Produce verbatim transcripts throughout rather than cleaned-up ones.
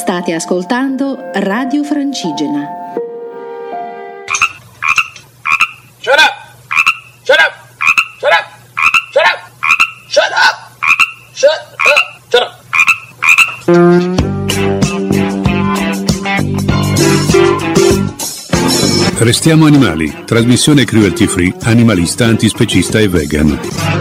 State ascoltando Radio Francigena. Shut up! Shut up! Shut up! Shut up! Shut up! Shut up! Restiamo animali, trasmissione cruelty free, animalista, antispecista e vegan.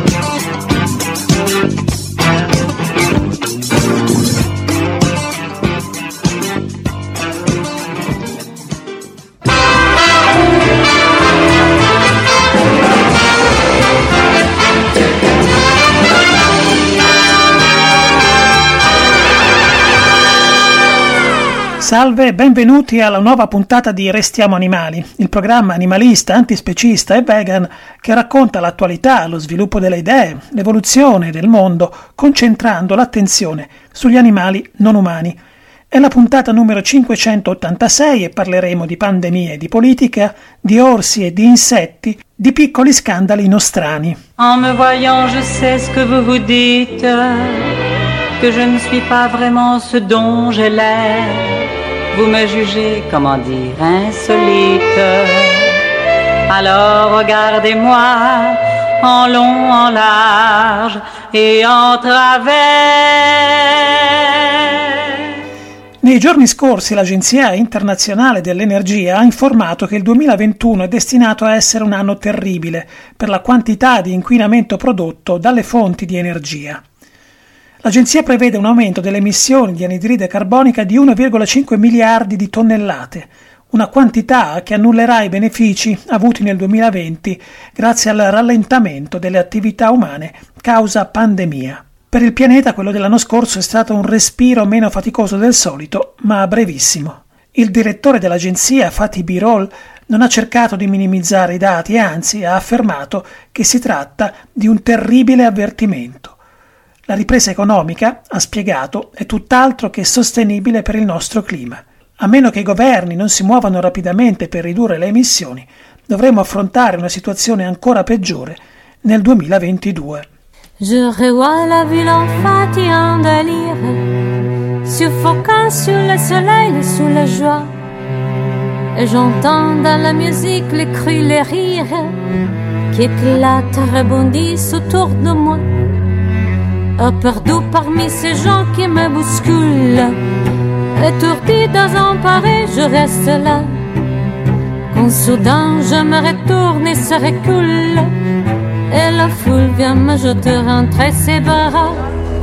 Salve e benvenuti alla nuova puntata di Restiamo Animali, il programma animalista, antispecista e vegan che racconta l'attualità, lo sviluppo delle idee, l'evoluzione del mondo, concentrando l'attenzione sugli animali non umani. È la puntata numero cinquecentottantasei e parleremo di pandemie, di politica, di orsi e di insetti, di piccoli scandali nostrani. En me voyant, je sais ce que vous vous dites, que je ne suis pas vraiment ce dont j'ai l'air. Vous me jugez, comment dire, insolite. Alors regardez-moi en long, en large et en travers. Nei giorni scorsi l'Agenzia Internazionale dell'Energia ha informato che il duemilaventuno è destinato a essere un anno terribile per la quantità di inquinamento prodotto dalle fonti di energia. L'agenzia prevede un aumento delle emissioni di anidride carbonica di uno virgola cinque miliardi di tonnellate, una quantità che annullerà i benefici avuti nel duemilaventi grazie al rallentamento delle attività umane causa pandemia. Per il pianeta quello dell'anno scorso è stato un respiro meno faticoso del solito, ma brevissimo. Il direttore dell'agenzia, Fatih Birol, non ha cercato di minimizzare i dati e anzi ha affermato che si tratta di un terribile avvertimento. La ripresa economica, ha spiegato, è tutt'altro che sostenibile per il nostro clima. A meno che i governi non si muovano rapidamente per ridurre le emissioni, dovremo affrontare una situazione ancora peggiore nel duemilaventidue. Je revois la ville en Fatih en délire, suffocant sur le soleil et sous la joie. Et j'entends dans la musique les cris, les rires qui éclatent, rebondissent autour de moi. Oh, perdu parmi ces gens qui me bousculent, étourdi, désemparé, je reste là. Quand soudain je me retourne et se recule, et la foule vient me jeter entre ses bras.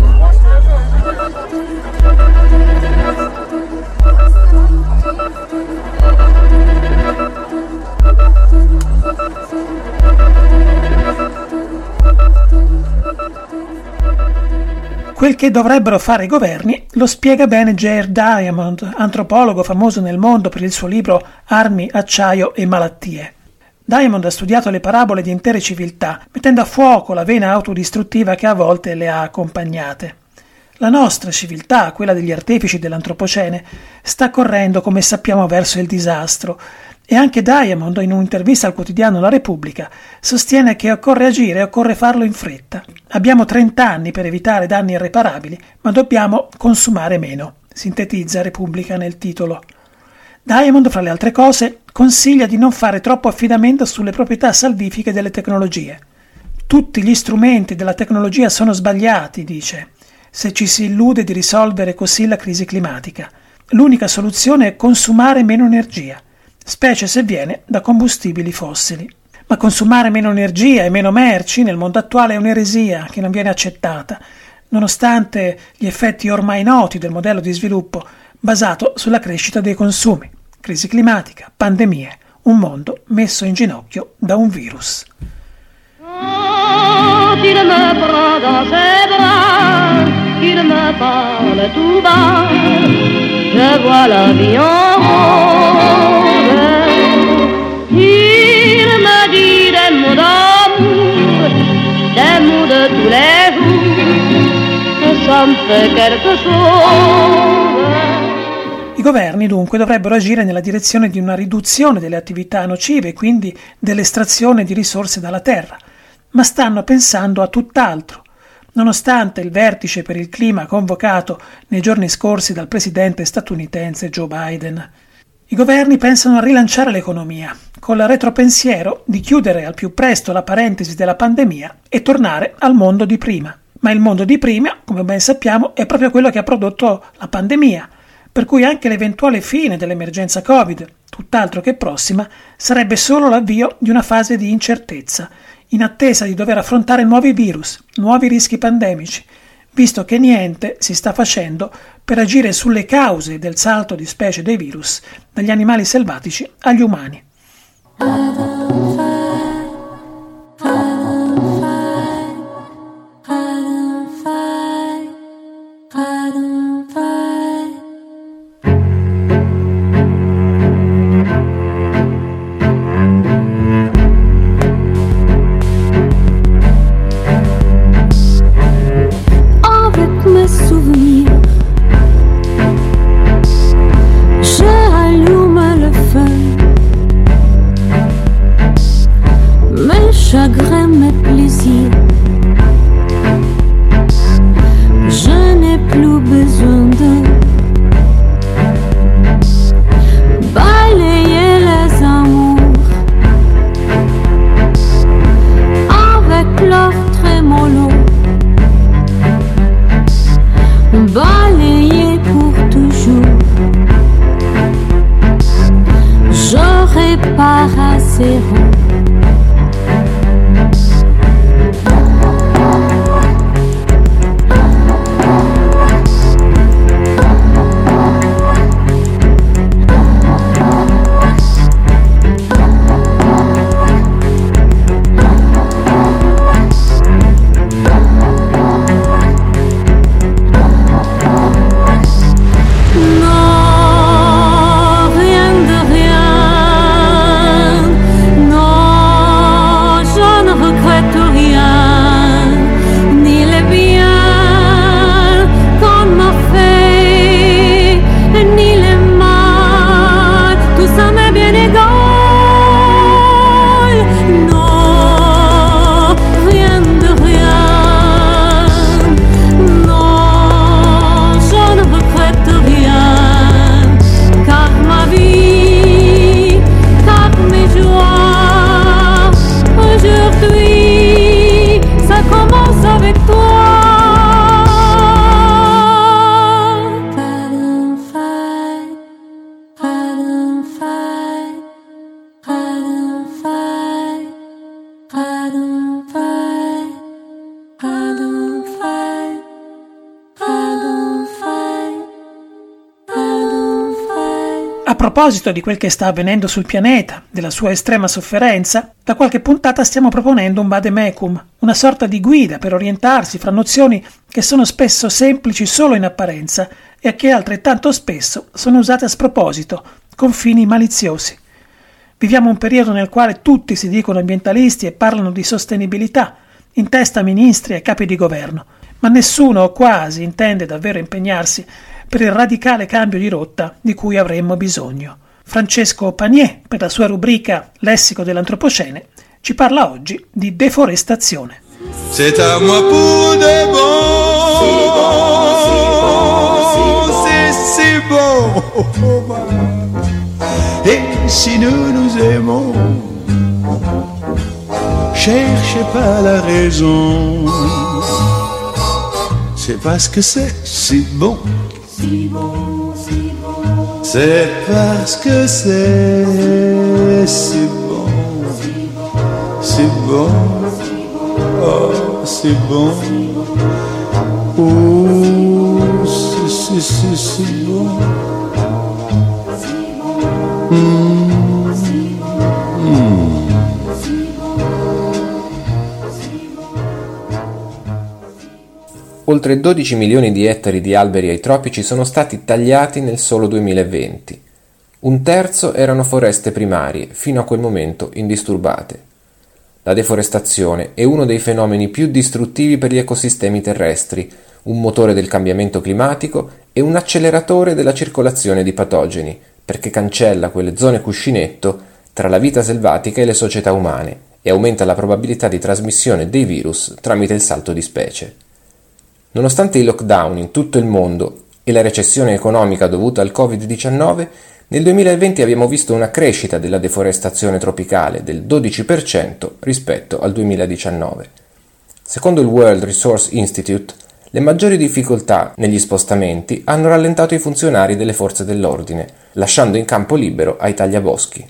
Quel che dovrebbero fare i governi lo spiega bene Jared Diamond, antropologo famoso nel mondo per il suo libro Armi, acciaio e malattie. Diamond ha studiato le parabole di intere civiltà, mettendo a fuoco la vena autodistruttiva che a volte le ha accompagnate. La nostra civiltà, quella degli artefici dell'antropocene, sta correndo, come sappiamo, verso il disastro. E anche Diamond, in un'intervista al quotidiano La Repubblica, sostiene che occorre agire e occorre farlo in fretta. Abbiamo trenta anni per evitare danni irreparabili, ma dobbiamo consumare meno, sintetizza Repubblica nel titolo. Diamond, fra le altre cose, consiglia di non fare troppo affidamento sulle proprietà salvifiche delle tecnologie. Tutti gli strumenti della tecnologia sono sbagliati, dice, se ci si illude di risolvere così la crisi climatica. L'unica soluzione è consumare meno energia, specie se viene da combustibili fossili. Ma consumare meno energia e meno merci nel mondo attuale è un'eresia che non viene accettata, nonostante gli effetti ormai noti del modello di sviluppo basato sulla crescita dei consumi, crisi climatica, pandemie, un mondo messo in ginocchio da un virus. Quand il me prend dans ses bras, qu'il me parle tout bas, je vois la vie en rose. Il me dit des mots d'amour, des mots de tous les jours, que ça me fait quelque chose. I governi dunque dovrebbero agire nella direzione di una riduzione delle attività nocive e quindi dell'estrazione di risorse dalla terra, ma stanno pensando a tutt'altro. nonostante il vertice per il clima convocato nei giorni scorsi dal presidente statunitense Joe Biden. I governi pensano a rilanciare l'economia, con il retropensiero di chiudere al più presto la parentesi della pandemia e tornare al mondo di prima. Ma il mondo di prima, come ben sappiamo, è proprio quello che ha prodotto la pandemia, per cui anche l'eventuale fine dell'emergenza Covid, tutt'altro che prossima, sarebbe solo l'avvio di una fase di incertezza, in attesa di dover affrontare nuovi virus, nuovi rischi pandemici, visto che niente si sta facendo per agire sulle cause del salto di specie dei virus dagli animali selvatici agli umani. Chagrin, mes plaisirs, je n'ai plus besoin de balayer les amours avec leur trémolo, balayer pour toujours. Je répare à zéro. A proposito di quel che sta avvenendo sul pianeta, della sua estrema sofferenza, da qualche puntata stiamo proponendo un vademecum, una sorta di guida per orientarsi fra nozioni che sono spesso semplici solo in apparenza e che altrettanto spesso sono usate a sproposito, con fini maliziosi. Viviamo un periodo nel quale tutti si dicono ambientalisti e parlano di sostenibilità, in testa ministri e capi di governo, ma nessuno o quasi intende davvero impegnarsi per il radicale cambio di rotta di cui avremmo bisogno. Francesco Panier, per la sua rubrica Lessico dell'Antropocene, ci parla oggi di deforestazione. C'est à moi pour de bon, c'est si bon, et si nous nous aimons, cherchez pas la raison, c'est parce que c'est si bon. Si bon, si bon. C'est parce que c'est si bon, si bon, oh, si bon, oh, si, si, si, si bon. Mm. Mm. Oltre dodici milioni di ettari di alberi ai tropici sono stati tagliati nel solo duemilaventi. Un terzo erano foreste primarie, fino a quel momento indisturbate. La deforestazione è uno dei fenomeni più distruttivi per gli ecosistemi terrestri, un motore del cambiamento climatico e un acceleratore della circolazione di patogeni, perché cancella quelle zone cuscinetto tra la vita selvatica e le società umane e aumenta la probabilità di trasmissione dei virus tramite il salto di specie. Nonostante i lockdown in tutto il mondo e la recessione economica dovuta al covid diciannove, nel duemilaventi abbiamo visto una crescita della deforestazione tropicale del dodici per cento rispetto al duemiladiciannove. Secondo il World Resource Institute, le maggiori difficoltà negli spostamenti hanno rallentato i funzionari delle forze dell'ordine, lasciando in campo libero ai tagliaboschi.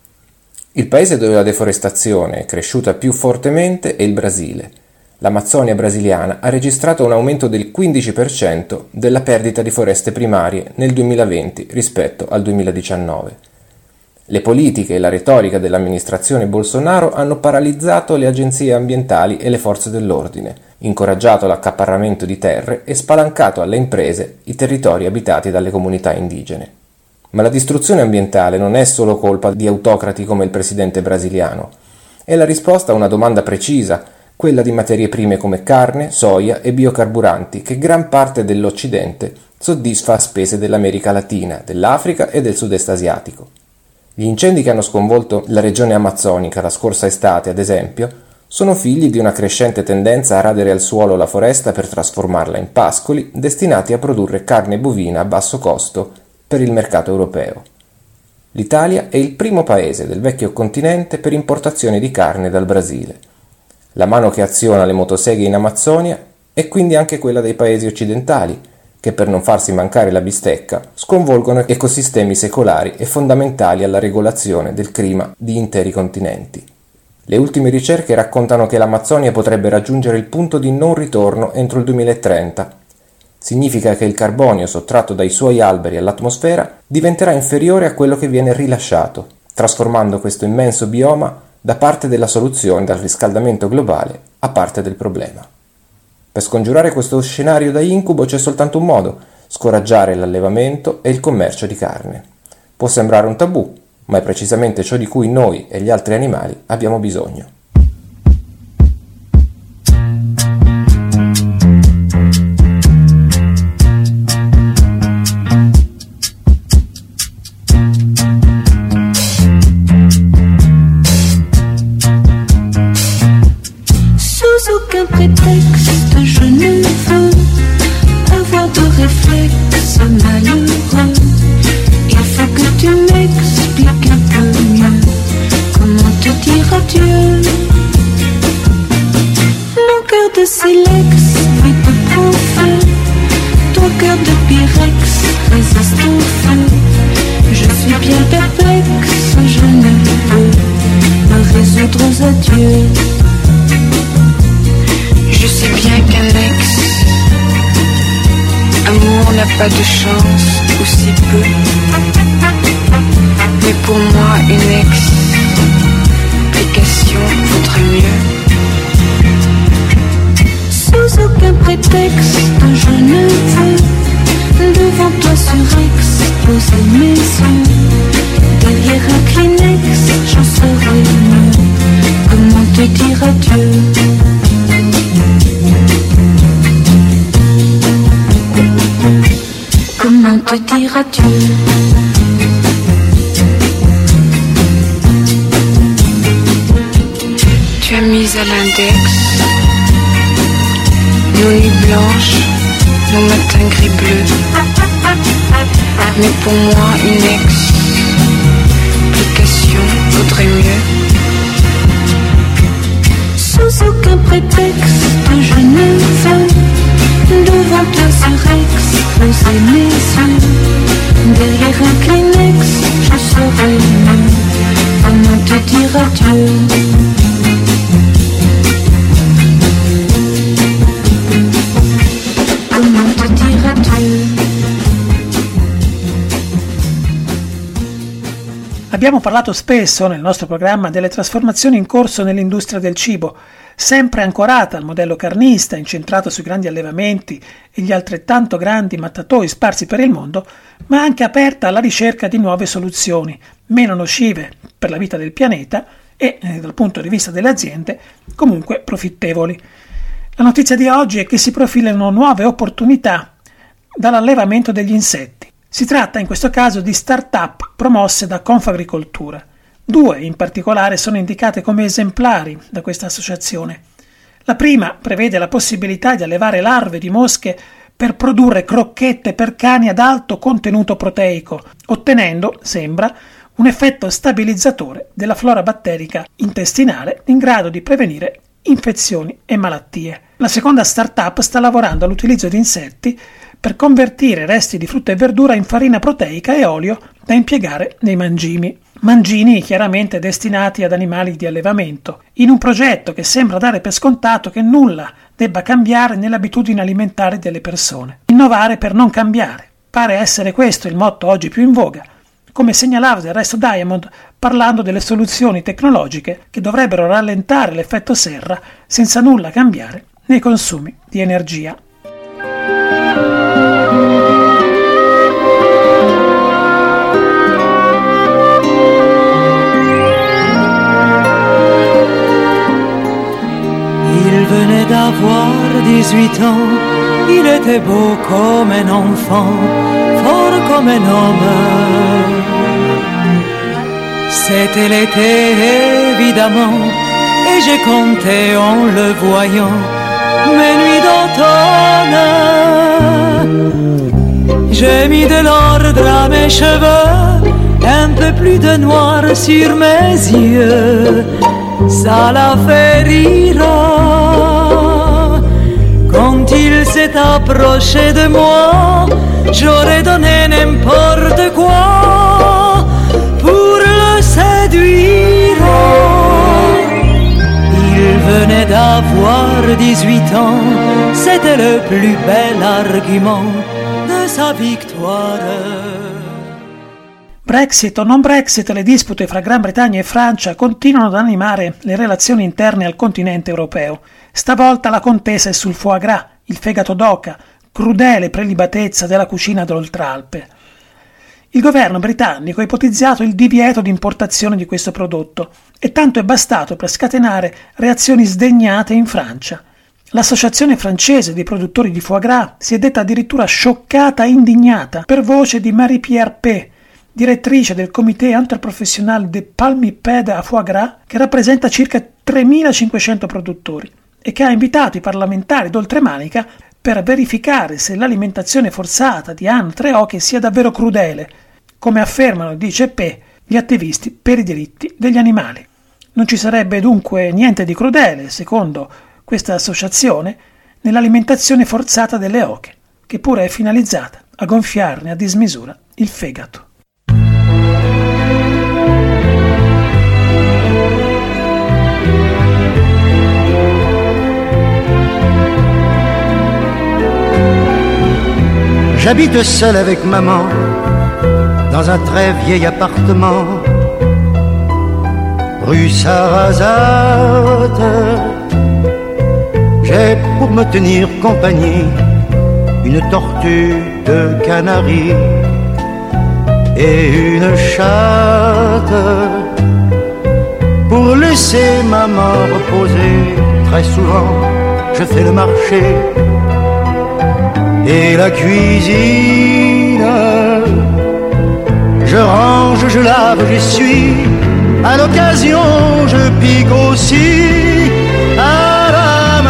Il paese dove la deforestazione è cresciuta più fortemente è il Brasile. L'Amazzonia brasiliana ha registrato un aumento del quindici per cento della perdita di foreste primarie nel duemilaventi rispetto al duemiladiciannove. Le politiche e la retorica dell'amministrazione Bolsonaro hanno paralizzato le agenzie ambientali e le forze dell'ordine, incoraggiato l'accaparramento di terre e spalancato alle imprese i territori abitati dalle comunità indigene. Ma la distruzione ambientale non è solo colpa di autocrati come il presidente brasiliano. È la risposta a una domanda precisa, quella di materie prime come carne, soia e biocarburanti che gran parte dell'Occidente soddisfa a spese dell'America Latina, dell'Africa e del sud-est asiatico. Gli incendi che hanno sconvolto la regione amazzonica la scorsa estate, ad esempio, sono figli di una crescente tendenza a radere al suolo la foresta per trasformarla in pascoli destinati a produrre carne bovina a basso costo per il mercato europeo. L'Italia è il primo paese del vecchio continente per importazione di carne dal Brasile. La mano che aziona le motoseghe in Amazzonia è quindi anche quella dei paesi occidentali, che per non farsi mancare la bistecca sconvolgono ecosistemi secolari e fondamentali alla regolazione del clima di interi continenti. Le ultime ricerche raccontano che l'Amazzonia potrebbe raggiungere il punto di non ritorno entro il duemilatrenta. Significa che il carbonio sottratto dai suoi alberi all'atmosfera diventerà inferiore a quello che viene rilasciato, trasformando questo immenso bioma da parte della soluzione dal riscaldamento globale a parte del problema. Per scongiurare questo scenario da incubo c'è soltanto un modo: scoraggiare l'allevamento e il commercio di carne. Può sembrare un tabù, ma è precisamente ciò di cui noi e gli altri animali abbiamo bisogno. Aucun prétexte, je ne veux avoir de réflexe malheureux. Il faut que tu m'expliques un peu mieux comment te dire adieu. Mon cœur de silex vit de profond, ton cœur de pyrex résiste au feu. Je suis bien perplexe, je ne peux me résoudre aux adieux. Je sais bien qu'un ex amour n'a pas de chance, ou si peu. Mais pour moi une explication vaudrait mieux. Sous aucun prétexte je ne veux devant toi surex poser mes yeux. Derrière un Kleenex j'en saurais mieux comment te dire adieu. Comment te dire adieu? Tu as mis à l'index nos nuits blanches, nos matins gris-bleus. Mais pour moi une explication vaudrait mieux. Sous aucun prétexte je ne veux devant toi surex poser mes yeux. Derrière un Kleenex je saurais mieux comment te dire adieu. Comment te dire adieu. Abbiamo parlato spesso nel nostro programma delle trasformazioni in corso nell'industria del cibo, sempre ancorata al modello carnista, incentrato sui grandi allevamenti e gli altrettanto grandi mattatoi sparsi per il mondo, ma anche aperta alla ricerca di nuove soluzioni, meno nocive per la vita del pianeta e, eh, dal punto di vista delle aziende, comunque profittevoli. La notizia di oggi è che si profilano nuove opportunità dall'allevamento degli insetti. Si tratta in questo caso di start-up promosse da Confagricoltura. Due in particolare sono indicate come esemplari da questa associazione: La prima prevede la possibilità di allevare larve di mosche per produrre crocchette per cani ad alto contenuto proteico, ottenendo, sembra, un effetto stabilizzatore della flora batterica intestinale in grado di prevenire infezioni e malattie. La seconda startup sta lavorando all'utilizzo di insetti per convertire resti di frutta e verdura in farina proteica e olio da impiegare nei mangimi. Mangini chiaramente destinati ad animali di allevamento, in un progetto che sembra dare per scontato che nulla debba cambiare nelle abitudini alimentari delle persone. Innovare per non cambiare. Pare essere questo il motto oggi più in voga, come segnalava del resto Diamond parlando delle soluzioni tecnologiche che dovrebbero rallentare l'effetto serra senza nulla cambiare nei consumi di energia. Il venait d'avoir dix-huit ans, il était beau comme un enfant, fort comme un homme. C'était l'été évidemment, et j'ai compté en le voyant mes nuits d'automne. J'ai mis de l'ordre à mes cheveux, un peu plus de noir sur mes yeux, ça l'a fait rire. Quand il s'est approché de moi, j'aurais donné n'importe quoi pour le séduire. Il venait d'avoir dix-huit ans, c'était le plus bel argument de sa victoire. Brexit o non Brexit, le dispute fra Gran Bretagna e Francia continuano ad animare le relazioni interne al continente europeo. Stavolta la contesa è sul foie gras, il fegato d'oca, crudele prelibatezza della cucina d'Oltralpe. Il governo britannico ha ipotizzato il divieto di importazione di questo prodotto e tanto è bastato per scatenare reazioni sdegnate in Francia. L'associazione francese dei produttori di foie gras si è detta addirittura scioccata e indignata per voce di Marie-Pierre P., direttrice del comité interprofessionnel des palmipèdes à foie gras, che rappresenta circa tremilacinquecento produttori e che ha invitato i parlamentari d'oltremanica per verificare se l'alimentazione forzata di anatre e oche sia davvero crudele, come affermano, dice P., gli attivisti per i diritti degli animali. Non ci sarebbe dunque niente di crudele, secondo questa associazione, nell'alimentazione forzata delle oche, che pure è finalizzata a gonfiarne a dismisura il fegato. J'habite seul avec maman dans un très vieil appartement rue Sarrazate. J'ai pour me tenir compagnie une tortue de Canaries et une chatte pour laisser maman reposer. Très souvent je fais le marché et la cuisine, je range, je lave, j'essuie, à l'occasion je pique aussi à la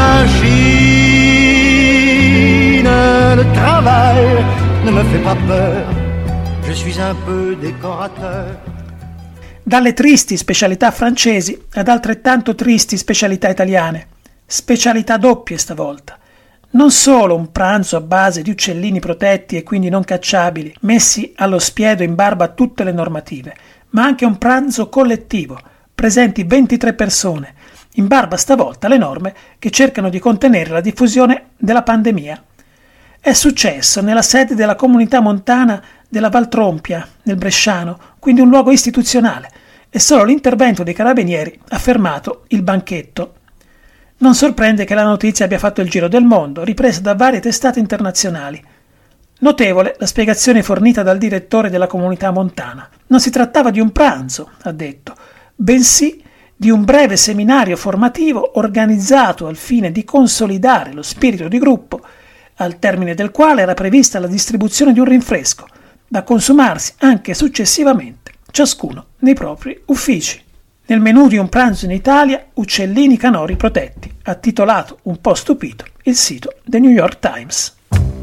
machine. Le travail ne me fait pas peur, je suis un peu décorateur. Dalle tristi specialità francesi ad altrettanto tristi specialità italiane, specialità doppie stavolta. Non solo un pranzo a base di uccellini protetti e quindi non cacciabili, messi allo spiedo in barba a tutte le normative, ma anche un pranzo collettivo, presenti ventitré persone, in barba stavolta alle norme che cercano di contenere la diffusione della pandemia. È successo nella sede della comunità montana della Valtrompia, nel Bresciano, quindi un luogo istituzionale, e solo l'intervento dei carabinieri ha fermato il banchetto. Non sorprende che la notizia abbia fatto il giro del mondo, ripresa da varie testate internazionali. Notevole la spiegazione fornita dal direttore della comunità montana. Non si trattava di un pranzo, ha detto, bensì di un breve seminario formativo organizzato al fine di consolidare lo spirito di gruppo, al termine del quale era prevista la distribuzione di un rinfresco, da consumarsi anche successivamente, ciascuno nei propri uffici. Nel menù di un pranzo in Italia, uccellini canori protetti, ha titolato un po' stupito il sito The New York Times.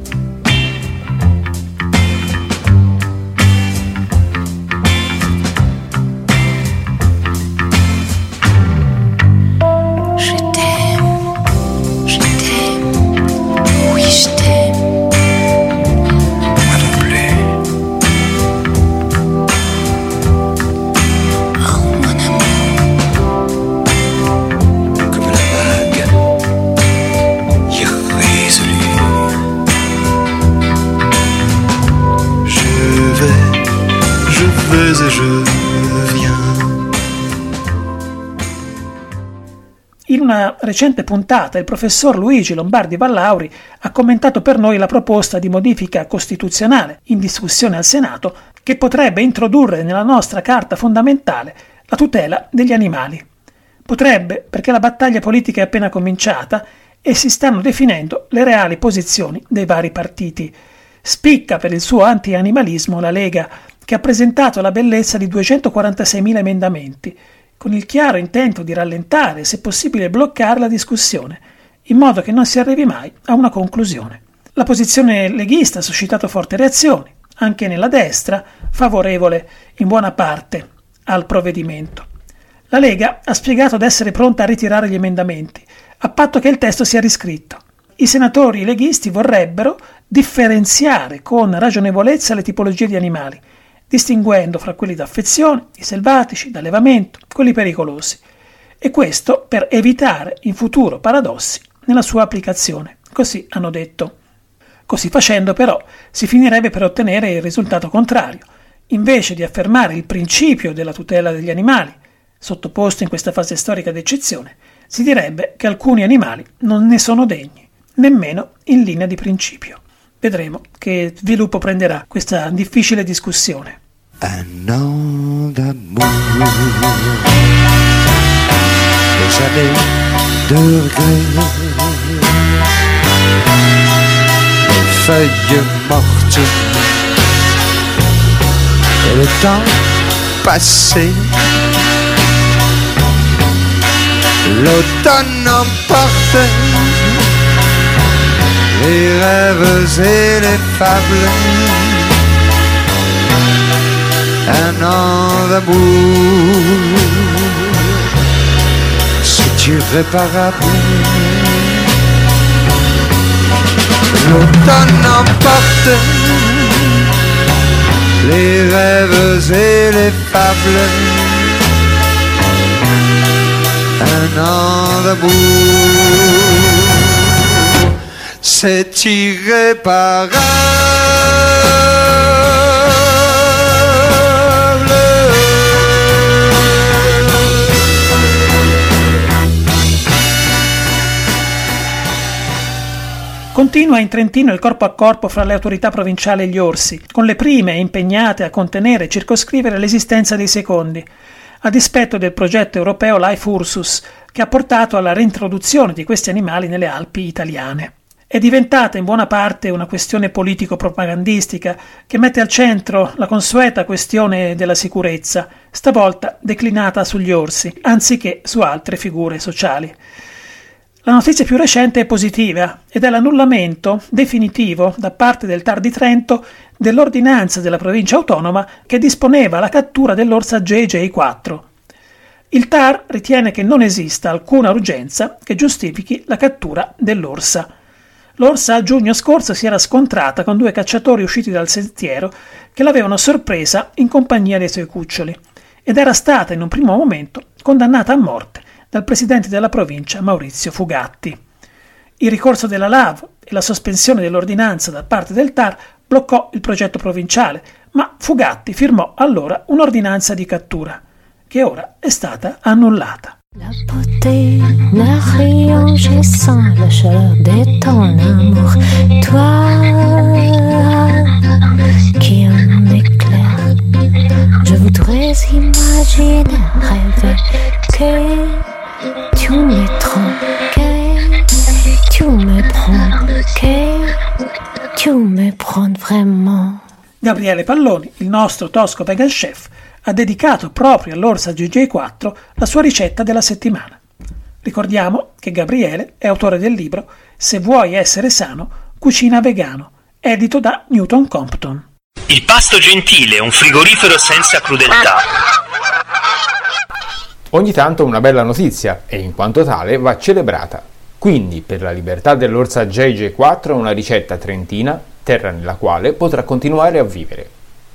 In una recente puntata il professor Luigi Lombardi Vallauri ha commentato per noi la proposta di modifica costituzionale in discussione al Senato che potrebbe introdurre nella nostra Carta fondamentale la tutela degli animali. Potrebbe, perché la battaglia politica è appena cominciata e si stanno definendo le reali posizioni dei vari partiti. Spicca per il suo anti-animalismo la Lega, che ha presentato la bellezza di duecentoquarantaseimila emendamenti, con il chiaro intento di rallentare e se possibile bloccare la discussione, in modo che non si arrivi mai a una conclusione. La posizione leghista ha suscitato forti reazioni, anche nella destra, favorevole in buona parte al provvedimento. La Lega ha spiegato di essere pronta a ritirare gli emendamenti, a patto che il testo sia riscritto. I senatori leghisti vorrebbero differenziare con ragionevolezza le tipologie di animali, distinguendo fra quelli d'affezione, i selvatici, d'allevamento, quelli pericolosi, e questo per evitare in futuro paradossi nella sua applicazione, così hanno detto. Così facendo però si finirebbe per ottenere il risultato contrario. Invece di affermare il principio della tutela degli animali, sottoposto in questa fase storica d'eccezione, si direbbe che alcuni animali non ne sono degni, nemmeno in linea di principio. Vedremo che sviluppo prenderà questa difficile discussione. Un an d'amour, des années de regret, les feuilles mortes et le temps passé. L'automne emporte les rêves et les fables, un an d'amour, c'est irréparable. L'automne emporte les rêves et les fables, un an d'amour, c'est irréparable. Continua in Trentino il corpo a corpo fra le autorità provinciali e gli orsi, con le prime impegnate a contenere e circoscrivere l'esistenza dei secondi, a dispetto del progetto europeo Life Ursus, che ha portato alla reintroduzione di questi animali nelle Alpi italiane. È diventata in buona parte una questione politico-propagandistica che mette al centro la consueta questione della sicurezza, stavolta declinata sugli orsi, anziché su altre figure sociali. La notizia più recente è positiva ed è l'annullamento definitivo da parte del T A R di Trento dell'ordinanza della provincia autonoma che disponeva la cattura dell'orsa J J quattro. Il T A R ritiene che non esista alcuna urgenza che giustifichi la cattura dell'orsa. L'orsa a giugno scorso si era scontrata con due cacciatori usciti dal sentiero che l'avevano sorpresa in compagnia dei suoi cuccioli ed era stata in un primo momento condannata a morte dal presidente della provincia Maurizio Fugatti. Il ricorso della L A V e la sospensione dell'ordinanza da parte del T A R bloccò il progetto provinciale, ma Fugatti firmò allora un'ordinanza di cattura, che ora è stata annullata. La beauté n'a rien, je sens la chaleur de ton amour, toi qui en m'éclaire. Je voudrais imaginer, rêver que tu me trompes, que tu me prends, que tu me prends vraiment. Gabriele Palloni, il nostro tosco vegan chef, ha dedicato proprio all'Orsa J J quattro la sua ricetta della settimana. Ricordiamo che Gabriele è autore del libro Se vuoi essere sano, cucina vegano, edito da Newton Compton. Il pasto gentile, un frigorifero senza crudeltà. Ogni tanto una bella notizia e in quanto tale va celebrata. Quindi per la libertà dell'Orsa J J quattro una ricetta trentina, terra nella quale potrà continuare a vivere.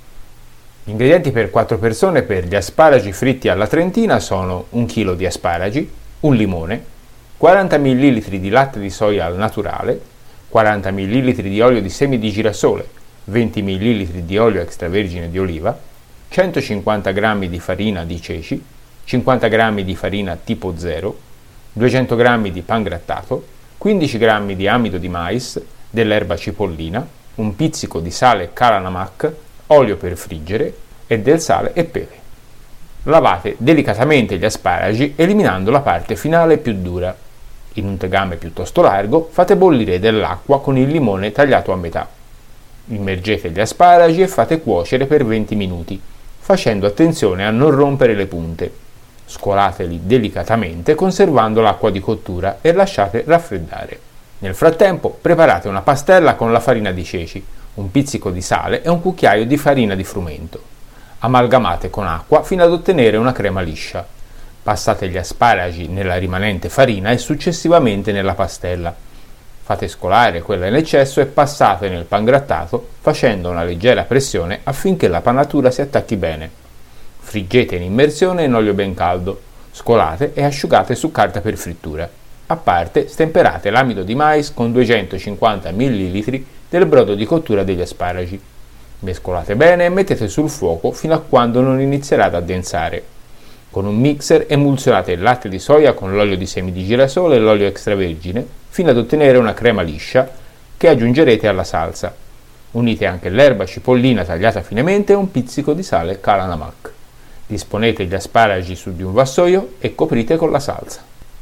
Gli ingredienti per quattro persone per gli asparagi fritti alla trentina sono un chilo di asparagi, un limone, quaranta millilitri di latte di soia al naturale, quaranta millilitri di olio di semi di girasole, venti millilitri di olio extravergine di oliva, centocinquanta grammi di farina di ceci, cinquanta grammi di farina tipo zero, duecento grammi di pangrattato, quindici grammi di amido di mais, dell'erba cipollina, un pizzico di sale Kala Namak, olio per friggere e del sale e pepe. Lavate delicatamente gli asparagi eliminando la parte finale più dura. In un tegame piuttosto largo fate bollire dell'acqua con il limone tagliato a metà. Immergete gli asparagi e fate cuocere per venti minuti, facendo attenzione a non rompere le punte. Scolateli delicatamente conservando l'acqua di cottura e lasciate raffreddare. Nel frattempo preparate una pastella con la farina di ceci, un pizzico di sale e un cucchiaio di farina di frumento. Amalgamate con acqua fino ad ottenere una crema liscia. Passate gli asparagi nella rimanente farina e successivamente nella pastella. Fate scolare quella in eccesso e passate nel pangrattato facendo una leggera pressione affinché la panatura si attacchi bene. Friggete in immersione in olio ben caldo, scolate e asciugate su carta per frittura. A parte stemperate l'amido di mais con duecentocinquanta millilitri del brodo di cottura degli asparagi. Mescolate bene e mettete sul fuoco fino a quando non inizierà ad addensare. Con un mixer emulsionate il latte di soia con l'olio di semi di girasole e l'olio extravergine fino ad ottenere una crema liscia che aggiungerete alla salsa. Unite anche l'erba cipollina tagliata finemente e un pizzico di sale Kala Namak. Disponete gli asparagi su di un vassoio e coprite con la salsa.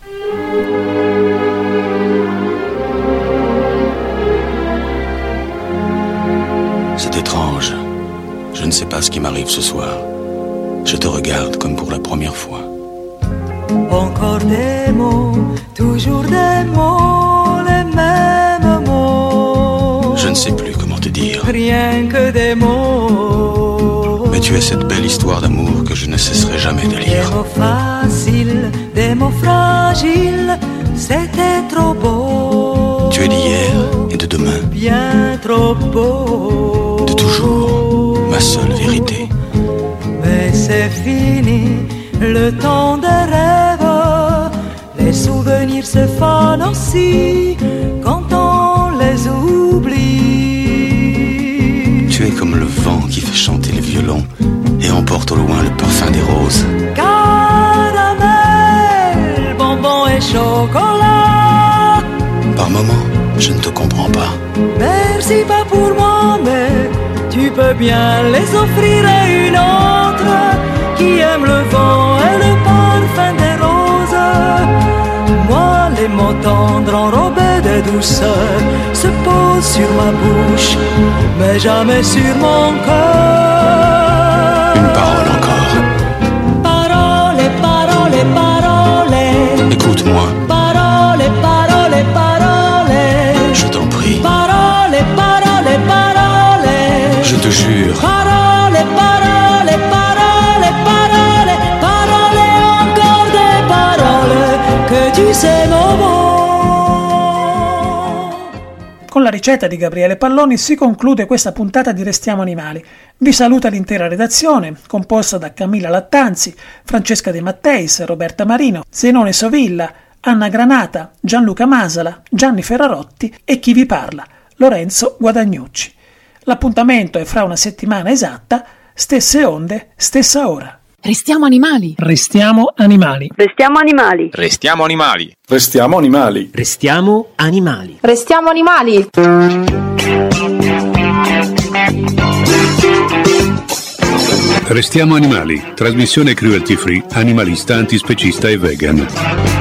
C'est étrange. Je ne sais pas ce qui m'arrive ce soir. Je te regarde comme pour la première fois. Encore des mots, toujours des mots, les mêmes mots. Je ne sais plus comment te dire. Rien que des mots. Mais tu es cette belle histoire d'amour que je ne cesserai jamais de lire. Des mots faciles, des mots fragiles, c'était trop beau. Tu es d'hier et de demain. Bien trop beau. De toujours, ma seule vérité. Mais c'est fini, le temps des rêves. Les souvenirs se fanent aussi quand on les oublie. Tu es comme le vent qui fait chanter les violons et emporte au loin le parfum des roses. Caramel, bonbons et chocolat. Par moments, je ne te comprends pas. Merci pas pour moi, mais tu peux bien les offrir à une autre qui aime le vent et le parfum des roses. Moi, les mots tendres enrobés de douceur se posent sur ma bouche, mais jamais sur mon cœur. Une parole encore. Parole, parole, parole. Écoute-moi. Parole, parole, parole. Je t'en prie. Parole, parole, parole. Je te jure. Parole, parole, parole, parole, parole, encore des paroles que tu sais mon mot. Con la ricetta di Gabriele Palloni si conclude questa puntata di Restiamo Animali. Vi saluta l'intera redazione, composta da Camilla Lattanzi, Francesca De Matteis, Roberta Marino, Zenone Sovilla, Anna Granata, Gianluca Masala, Gianni Ferrarotti e chi vi parla, Lorenzo Guadagnucci. L'appuntamento è fra una settimana esatta, stesse onde, stessa ora. Restiamo animali. Restiamo animali. Restiamo animali. Restiamo animali. Restiamo animali. Restiamo animali. Restiamo animali. Restiamo animali. Trasmissione cruelty free, animalista, antispecista e vegan.